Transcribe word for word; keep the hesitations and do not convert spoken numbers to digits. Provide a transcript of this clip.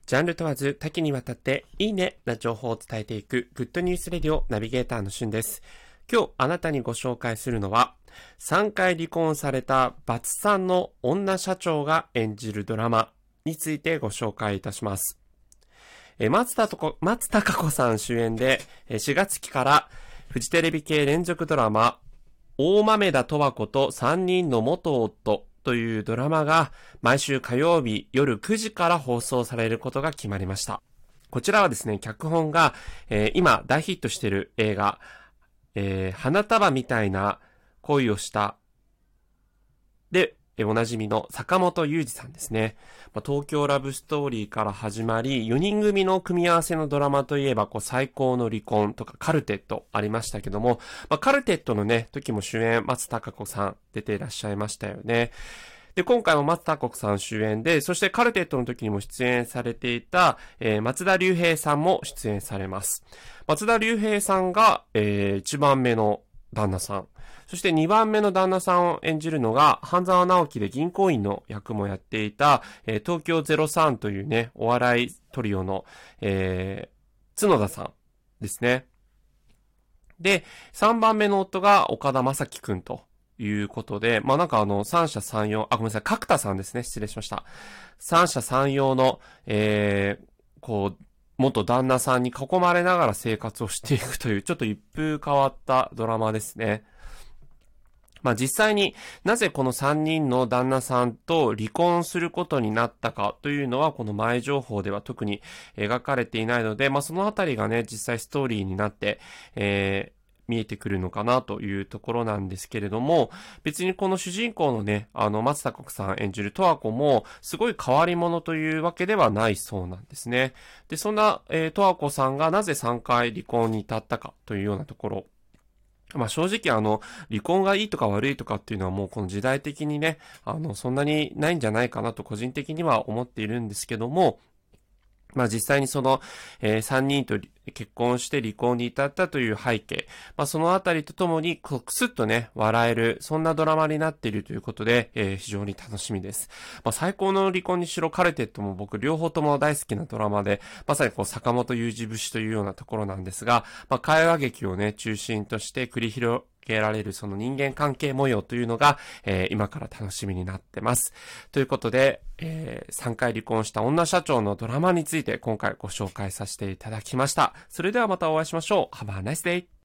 ジャンル問わず多岐にわたっていいねな情報を伝えていくグッドニュースレディオナビゲーターのしゅんです。今日あなたにご紹介するのは、さんかい離婚されたバツさんの女社長が演じるドラマについてご紹介いたします。え松田とこ松たか子さん主演でしがつきからフジテレビ系連続ドラマ大豆田十和子とさんにんの元夫というドラマが毎週火曜日夜くじから放送されることが決まりました。こちらはですね、脚本が、えー、今大ヒットしている映画、えー、花束みたいな恋をしたで、おなじみの坂本雄二さんですね。まあ、東京ラブストーリーから始まり、よにん組の組み合わせのドラマといえば、こう最高の離婚とかカルテットありましたけども、まあ、カルテットのね、時も主演松たか子さん出ていらっしゃいましたよね。で、今回も松たか子さん主演で、そしてカルテットの時にも出演されていた、えー、松田龍平さんも出演されます。松田龍平さんが、えー、いちばんめの旦那さん。そしてにばんめの旦那さんを演じるのが、半沢直樹で銀行員の役もやっていた、えー、東京ゼロさんというね、お笑いトリオの、えー、角田さんですね。で、さんばんめの夫が岡田将生くんということで、まあなんかあの、三者三様、あ、ごめんなさい、角田さんですね、失礼しました。三者三様の、えー、こう、元旦那さんに囲まれながら生活をしていくという、ちょっと一風変わったドラマですね。まあ実際になぜこのさんにんの旦那さんと離婚することになったかというのはこの前情報では特に描かれていないので、まあそのあたりがね実際ストーリーになって、えー見えてくるのかなというところなんですけれども、別にこの主人公のね、あの松たか子さん演じる十和子もすごい変わり者というわけではないそうなんですね。で、そんな、えー、十和子さんがなぜさんかい離婚に至ったかというようなところ。まあ正直あの、離婚がいいとか悪いとかっていうのはもうこの時代的にね、あの、そんなにないんじゃないかなと個人的には思っているんですけども、まあ実際にその、えー、さんにんと結婚して離婚に至ったという背景、まあそのあたりとともにクスッとね、笑える、そんなドラマになっているということで、えー、非常に楽しみです。まあ最高の離婚にしろカルテットも僕両方とも大好きなドラマで、まさにこう坂本雄二節というようなところなんですが、まあ会話劇をね、中心として繰り広げられるその人間関係模様というのが、えー、今から楽しみになってます。ということで、えー、さんかい離婚した女社長のドラマについて今回ご紹介させていただきました。それではまたお会いしましょう。Have a nice day!